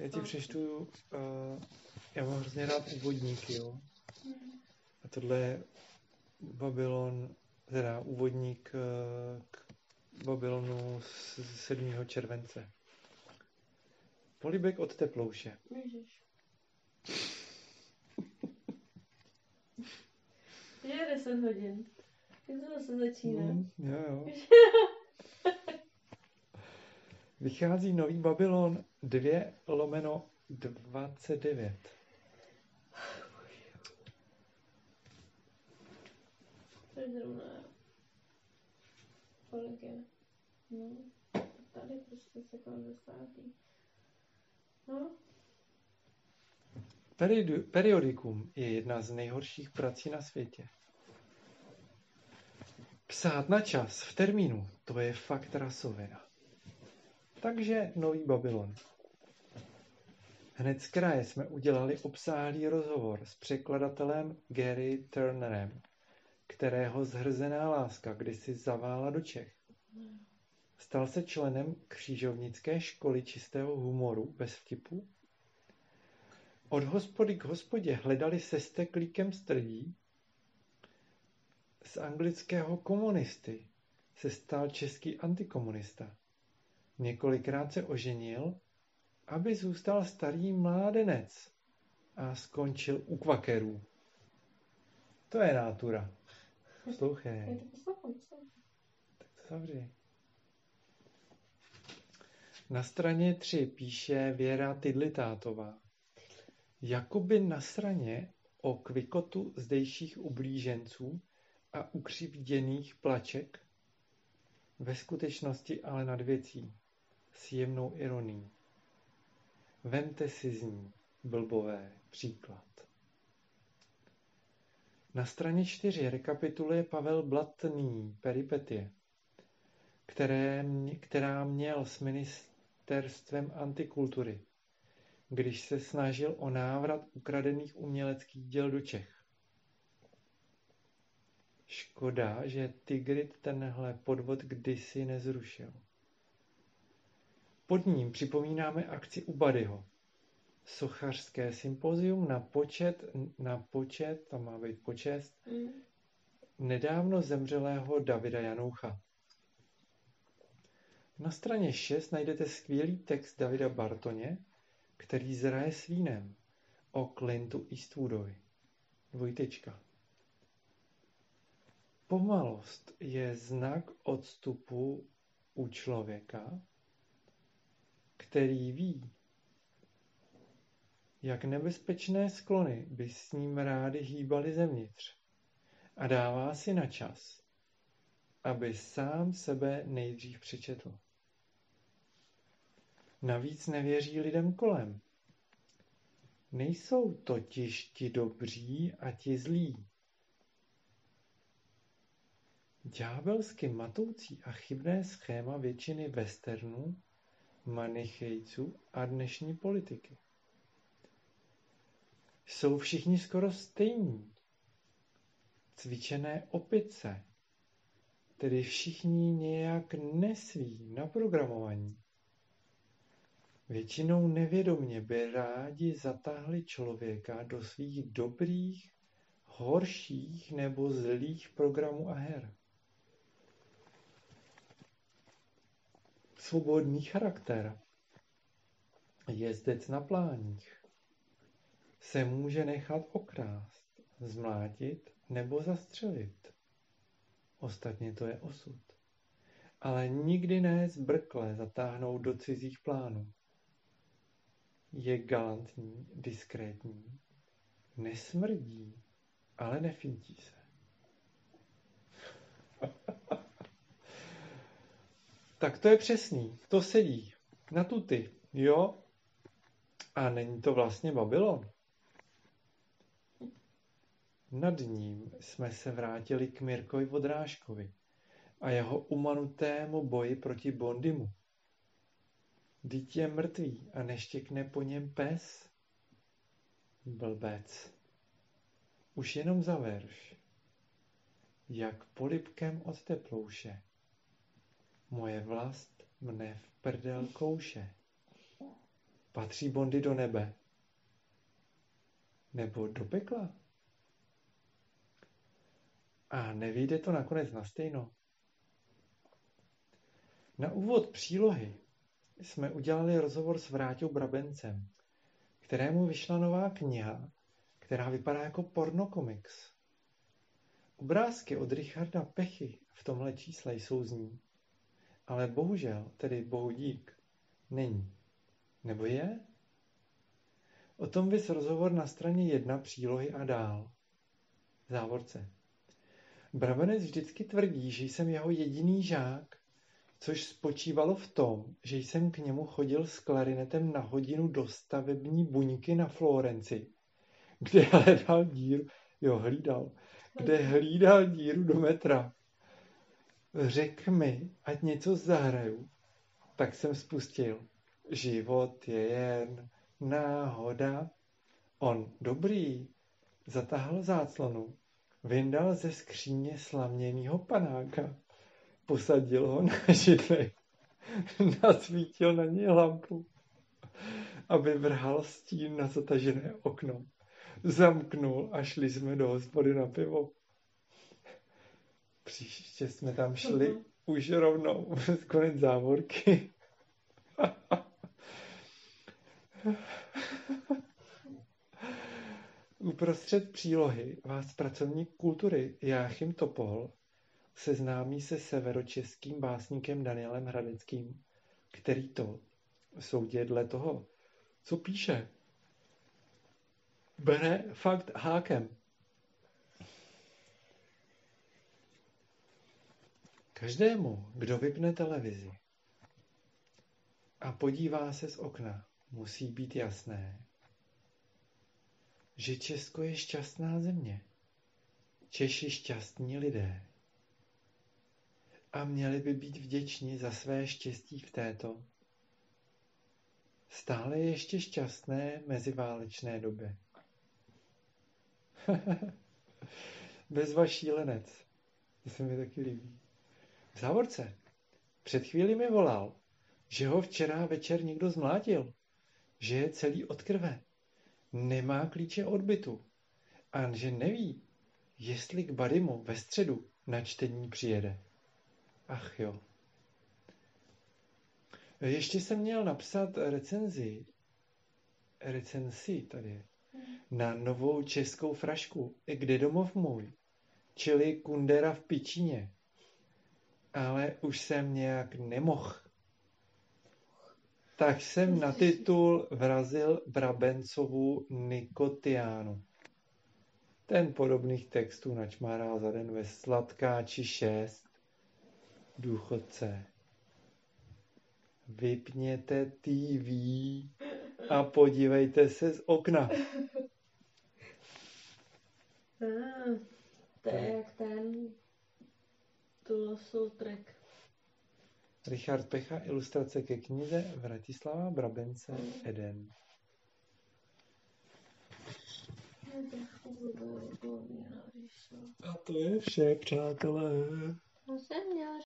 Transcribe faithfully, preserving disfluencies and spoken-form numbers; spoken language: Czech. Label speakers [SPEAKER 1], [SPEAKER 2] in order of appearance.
[SPEAKER 1] já ti přečtu, uh, já mám hrozně rád úvodníky, jo. A tohle je Babylon, teda úvodník uh, k Babylonu z sedmého července. Polibek od Teplouše.
[SPEAKER 2] Ježiš. Je deset hodin. Jak to zase začíná?
[SPEAKER 1] Mm, jo, jo. Vychází nový Babylon dva lomeno dvacet devět.
[SPEAKER 2] To je zrovna... Kolik je? No, tady prostě se kolem desátý. No.
[SPEAKER 1] Period- periodikum je jedna z nejhorších prací na světě. Psát na čas, v termínu, to je fakt rasovina. Takže nový Babylon. Hned z kraje jsme udělali obsáhlý rozhovor s překladatelem Gary Turnerem, kterého zhrzená láska kdysi zavála do Čech. Stal se členem křižovnické školy čistého humoru bez vtipu. Od hospody k hospodě hledali se steklíkem strdí. Z anglického komunisty se stal český antikomunista. Několikrát se oženil, aby zůstal starý mládenec a skončil u kvakerů. To je nátura. Poslouchej. Tak to zavři. Na straně tři píše Věra Tydlitátová. Jakoby na straně o kvikotu zdejších ublíženců a ukřivděných plaček, ve skutečnosti ale nad věcí, s jemnou ironií. Vemte si z ní, blbové, příklad. Na straně čtyři rekapituluje Pavel Blatný peripetie, které, která měl s ministerstvem antikultury, když se snažil o návrat ukradených uměleckých děl do Čech. Škoda, že Tigrit tenhle podvod kdysi nezrušil. Pod ním připomínáme akci u Badyho. Sochařské sympozium na počet, na počet, tam má být počest, mm. nedávno zemřelého Davida Janoucha. Na straně šest najdete skvělý text Davida Bartoně, který zraje s vínem, o Clintu Eastwoodovi. Dvojtečka. Pomalost je znak odstupu u člověka, který ví, jak nebezpečné sklony by s ním rády hýbaly zevnitř a dává si na čas, aby sám sebe nejdřív přečetl. Navíc nevěří lidem kolem. Nejsou totiž ti dobří a ti zlí. Ďábelsky matoucí a chybné schéma většiny westernů, manichejců a dnešní politiky. Jsou všichni skoro stejní. Cvičené opice, tedy všichni nějak nesví, naprogramovaní. Většinou nevědomně by rádi zatáhli člověka do svých dobrých, horších nebo zlých programů a her. Svobodný charakter, jezdec na pláních, se může nechat okrást, zmlátit nebo zastřelit. Ostatně to je osud. Ale nikdy ne zbrkle zatáhnout do cizích plánů. Je galantní, diskrétní, nesmrdí, ale nefintí se. Tak to je přesný, to sedí. Na tuty, jo? A není to vlastně Babylon? Nad ním jsme se vrátili k Mirkovi Vodrážkovi a jeho umanutému boji proti Bondimu. Vždyť je mrtvý a neštěkne po něm pes. Blbec. Už jenom za verš. Jak polibkem od Teplouše. Moje vlast mne v prdel kouše. Patří Bondy do nebe? Nebo do pekla? A nevyjde to nakonec na stejno. Na úvod přílohy jsme udělali rozhovor s Vráťou Brabencem, kterému vyšla nová kniha, která vypadá jako pornokomiks. Obrázky od Richarda Pechy v tomhle čísle jsou z ní, ale bohužel, tedy bohu dík, není. Nebo je? O tom vys rozhovor na straně jedna přílohy a dál. V závorce. Brabenec vždycky tvrdí, že jsem jeho jediný žák, což spočívalo v tom, že jsem k němu chodil s klarinetem na hodinu do stavební buňky na Florenci, kde hledal díru, jo, hlídal, kde hlídal díru do metra. Řekl mi, ať něco zahraju, tak jsem spustil. Život je jen náhoda. On, dobrý, zatáhl záclonu, vyndal ze skříně slaměnýho panáka, posadil ho na židli, nasvítil na něj lampu, aby vrhal stín na zatažené okno. Zamknul a šli jsme do hospody na pivo. Příště jsme tam šli uh-huh. už rovnou, konec závorky. Uprostřed přílohy vás pracovník kultury Jáchym Topol seznámí se severočeským básníkem Danielem Hradeckým, který to, soudě dle toho, co píše, bere fakt hákem. Každému, kdo vypne televizi a podívá se z okna, musí být jasné, že Česko je šťastná země. Češi šťastní lidé. A měli by být vděční za své štěstí v této stále ještě šťastné meziválečné době. Bezva šílenec. To se mi taky líbí. V závorce. Před chvílí mi volal, že ho včera večer někdo zmlátil, že je celý od krve, nemá klíče od bytu a že neví, jestli k Badimu ve středu na čtení přijede. Ach jo. Ještě jsem měl napsat recenzi, recenzi tady, na novou českou frašku, Kde domov můj, čili Kundera v Pičíně. Ale už jsem nějak nemohl. Tak jsem na titul vrazil Brabencovu Nikotiánu. Ten podobných textů načmárá za den ve Sladkáči šest. Důchodce. Vypněte T V a podívejte se z okna.
[SPEAKER 2] Ah, to je jak ten Toulouse-Lautrec.
[SPEAKER 1] Richard Pecha, ilustrace ke knize Vratislava Brabence Eden. A to je vše, přátelé.
[SPEAKER 2] No jsem měla